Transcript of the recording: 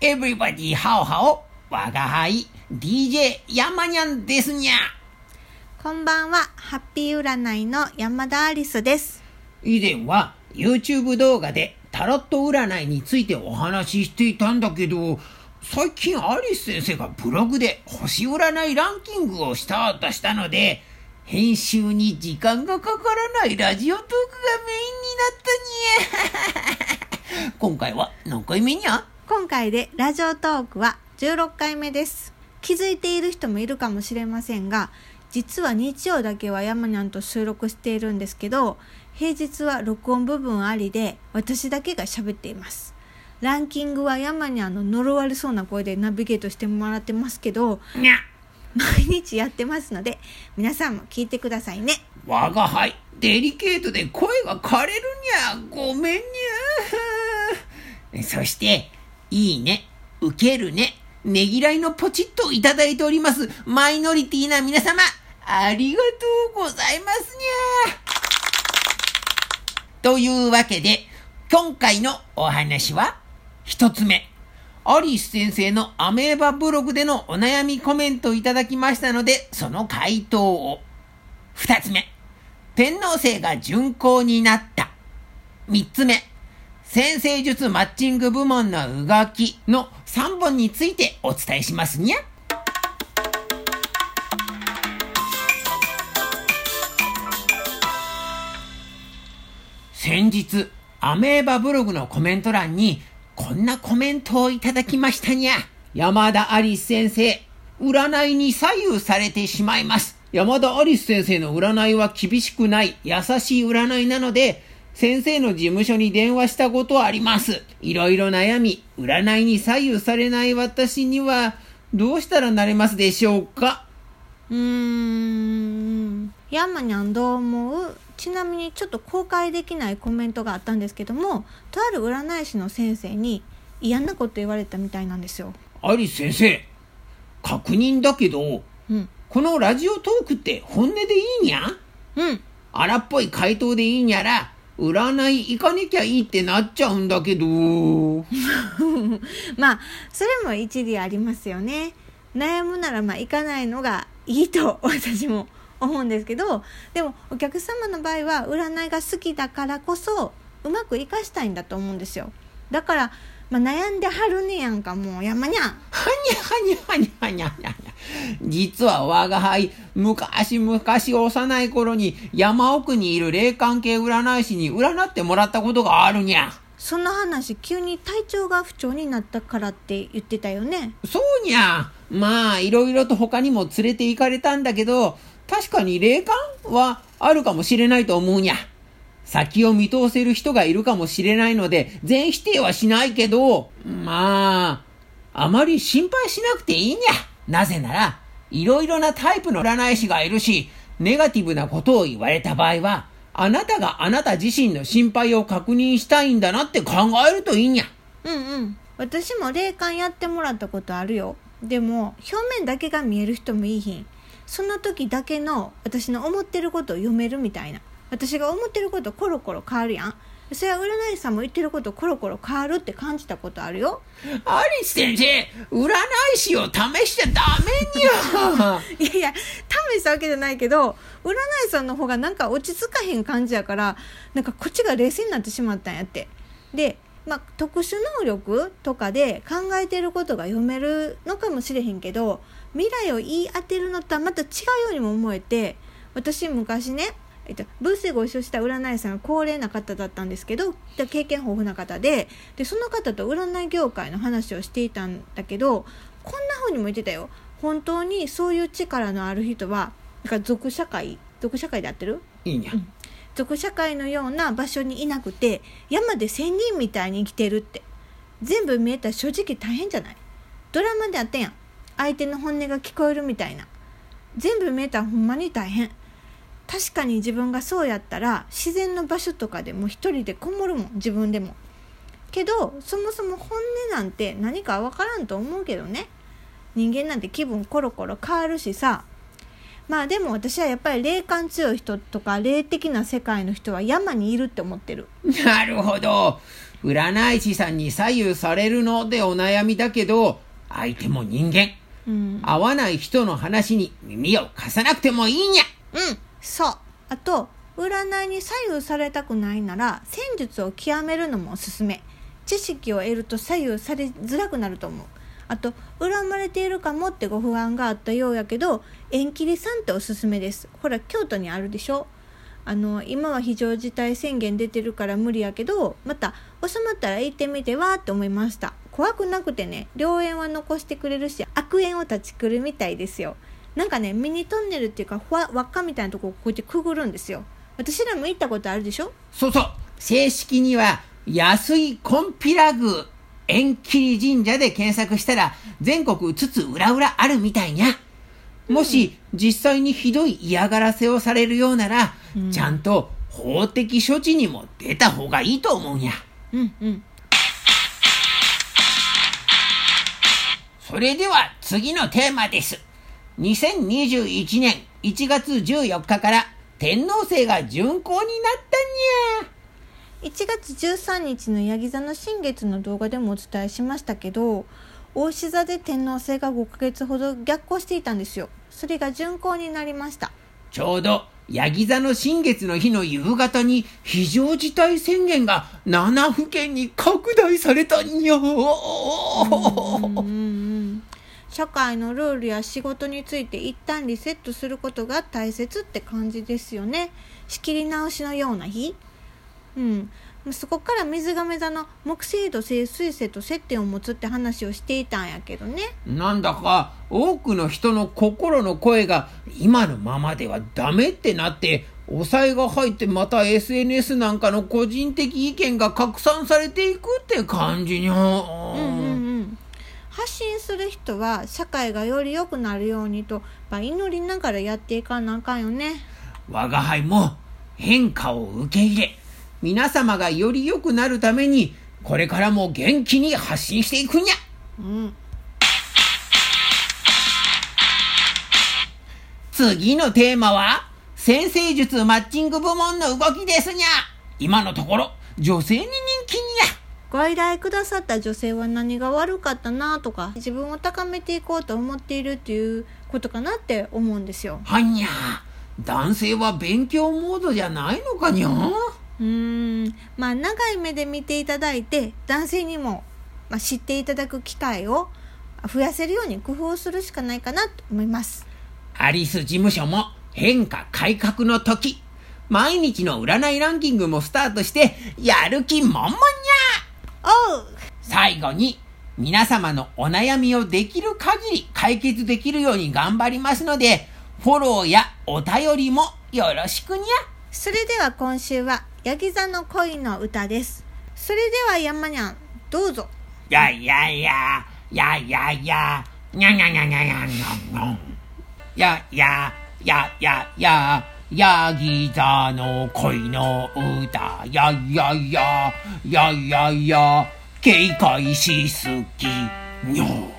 everybody ハオハオ、我が輩 DJ 山にゃんですにゃ。 こんばんは、ハッピー占いの山田アリスです。 以前は YouTube 動画でタロット占いについてお話ししていたんだけど、最近アリス先生がブログで星占いランキングをスタートしたので、編集に時間がかからないラジオトークがメインになったにゃ。今回は何回目にゃ？ 今回でラジオトークは16回目です。気づいている人もいるかもしれませんが、実は日曜だけは山にゃんと収録しているんですけど、平日は録音部分ありで私だけが喋っています。ランキングは山にゃんの呪われそうな声でナビゲートしてもらってますけど、毎日やってますので、皆さんも聞いてくださいね。 我が輩デリケートで声が枯れるにゃ。ごめんにゃ。そしていいね、ウケるね、ねぎらいのポチッといただいておりますマイノリティな皆様、ありがとうございますにゃ。というわけで今回のお話は、一つ目、アリス先生のアメーバブログでのお悩みコメントをいただきましたので、その回答を。二つ目、天王星が順行になった。三つ目、占星術マッチング部門の動きの3本についてお伝えしますにゃ。先日アメーバブログのコメント欄にこんなコメントをいただきましたにゃ。山田アリス先生、占いに左右されてしまいます。山田アリス先生の占いは厳しくない優しい占いなので、先生の事務所に電話したことはあります。いろいろ悩み、占いに左右されない私にはどうしたらなれますでしょうか？ 山にゃんどう思う？ちなみにちょっと公開できないコメントがあったんですけども、とある占い師の先生に嫌なこと言われたみたいなんですよ。 アリス先生、確認だけど、このラジオトークって本音でいいにゃ？荒っぽい回答でいいにゃら、占い行かなきゃいいってなっちゃうんだけど。 まあそれも一理ありますよね。悩むなら行かないのがいいと私も思うんですけど、でもお客様の場合は占いが好きだからこそうまくいかしたいんだと思うんですよ。だから、悩んではるねやんか、もう山にゃん。 はにゃはにゃはにゃはにゃ。実は我が輩、昔幼い頃に山奥にいる霊感系占い師に占ってもらったことがあるにゃ。 その話、急に体調が不調になったからって言ってたよね。 そうにゃ。いろいろと他にも連れて行かれたんだけど、確かに霊感はあるかもしれないと思うにゃ。先を見通せる人がいるかもしれないので全否定はしないけど、あまり心配しなくていいにゃ。なぜならいろいろなタイプの占い師がいるし、ネガティブなことを言われた場合は、あなたがあなた自身の心配を確認したいんだなって考えるといいにゃ。 私も霊感やってもらったことあるよ。でも表面だけが見える人もいいひん。その時だけの私の思ってることを読めるみたいな。私が思ってることコロコロ変わるやん。それは占い師さんも言ってることコロコロ変わるって感じたことあるよ。 アリス先生、占い師を試しちゃダメにゃ。 いや試したわけじゃないけど、占い師さんの方がなんか落ち着かへん感じやから、なんかこっちが冷静になってしまったんやって。で特殊能力とかで考えてることが読めるのかもしれへんけど、未来を言い当てるのとはまた違うようにも思えて、私昔ね、ブースでご一緒した占い師さんが高齢な方だったんですけど、経験豊富な方で、その方と占い業界の話をしていたんだけど、こんな風にも言ってたよ。本当にそういう力のある人は属社会で合ってる？ いいにゃ。 属社会のような場所にいなくて、山で仙人みたいに生きてるって。全部見えたら正直大変じゃない？ドラマであったやん、相手の本音が聞こえるみたいな。全部見えたらほんまに大変。確かに自分がそうやったら自然の場所とかでも一人でこもるもん、自分でも。けどそもそも本音なんて何かわからんと思うけどね。人間なんて気分コロコロ変わるしさ。 まあでも私はやっぱり霊感強い人とか霊的な世界の人は山にいるって思ってる。 なるほど。占い師さんに左右されるのでお悩みだけど、相手も人間。合わない人の話に耳を貸さなくてもいいんや。 そう。あと、占いに左右されたくないなら、戦術を極めるのもおすすめ。知識を得ると左右されづらくなると思う。あと、恨まれているかもってご不安があったようやけど、縁切りさんっておすすめです。ほら、京都にあるでしょ。今は非常事態宣言出てるから無理やけど、また収まったら行ってみてはって思いました。怖くなくてね、良縁は残してくれるし、悪縁を断ち切るみたいですよ。なんかね、ミニトンネルっていうか輪っかみたいなとこをこうやってくぐるんですよ。私らも行ったことあるでしょ。 そうそう。正式には安井こんぴら宮縁切り神社で検索したら全国津々浦々あるみたいにゃ。もし実際にひどい嫌がらせをされるようなら、ちゃんと法的処置にも出た方がいいと思うんや。それでは次のテーマです。2021年1月14日から天王星が巡行になったにゃ。 1月13日のヤギ座の新月の動画でもお伝えしましたけど、牡牛座で天王星が5ヶ月ほど逆行していたんですよ。それが巡行になりました。 ちょうどヤギ座の新月の日の夕方に非常事態宣言が7府県に拡大されたんや。 社会のルールや仕事について一旦リセットすることが大切って感じですよね。仕切り直しのような日。そこから水亀座の木星土星水星と接点を持つって話をしていたんやけどね。 なんだか多くの人の心の声が今のままではダメってなって抑えが入って、また SNS なんかの個人的意見が拡散されていくって感じにゃ。 発信する人は社会がより良くなるようにと、祈りながらやっていかなあかんよね。 我が輩も変化を受け入れ、皆様がより良くなるためにこれからも元気に発信していくんや。次のテーマは占星術マッチング部門の動きですにゃ。今のところ女性に人気にゃ。 ご依頼くださった女性は何が悪かったなとか、自分を高めていこうと思っているっていうことかなって思うんですよ。 はにゃ。男性は勉強モードじゃないのかにゃ。 長い目で見ていただいて、男性にも、知っていただく機会を増やせるように工夫するしかないかなと思います。 アリス事務所も変化改革の時、毎日の占いランキングもスタートしてやる気満々にゃ。最後に皆様のお悩みをできる限り解決できるように頑張りますので、フォローやお便りもよろしくにゃ。 それでは今週はヤギ座の恋の歌です。それでは山にゃんどうぞ。 ややややややにゃにゃにゃにゃにゃにゃやややややヤギ座の恋の歌やややややや警戒しすぎにょ。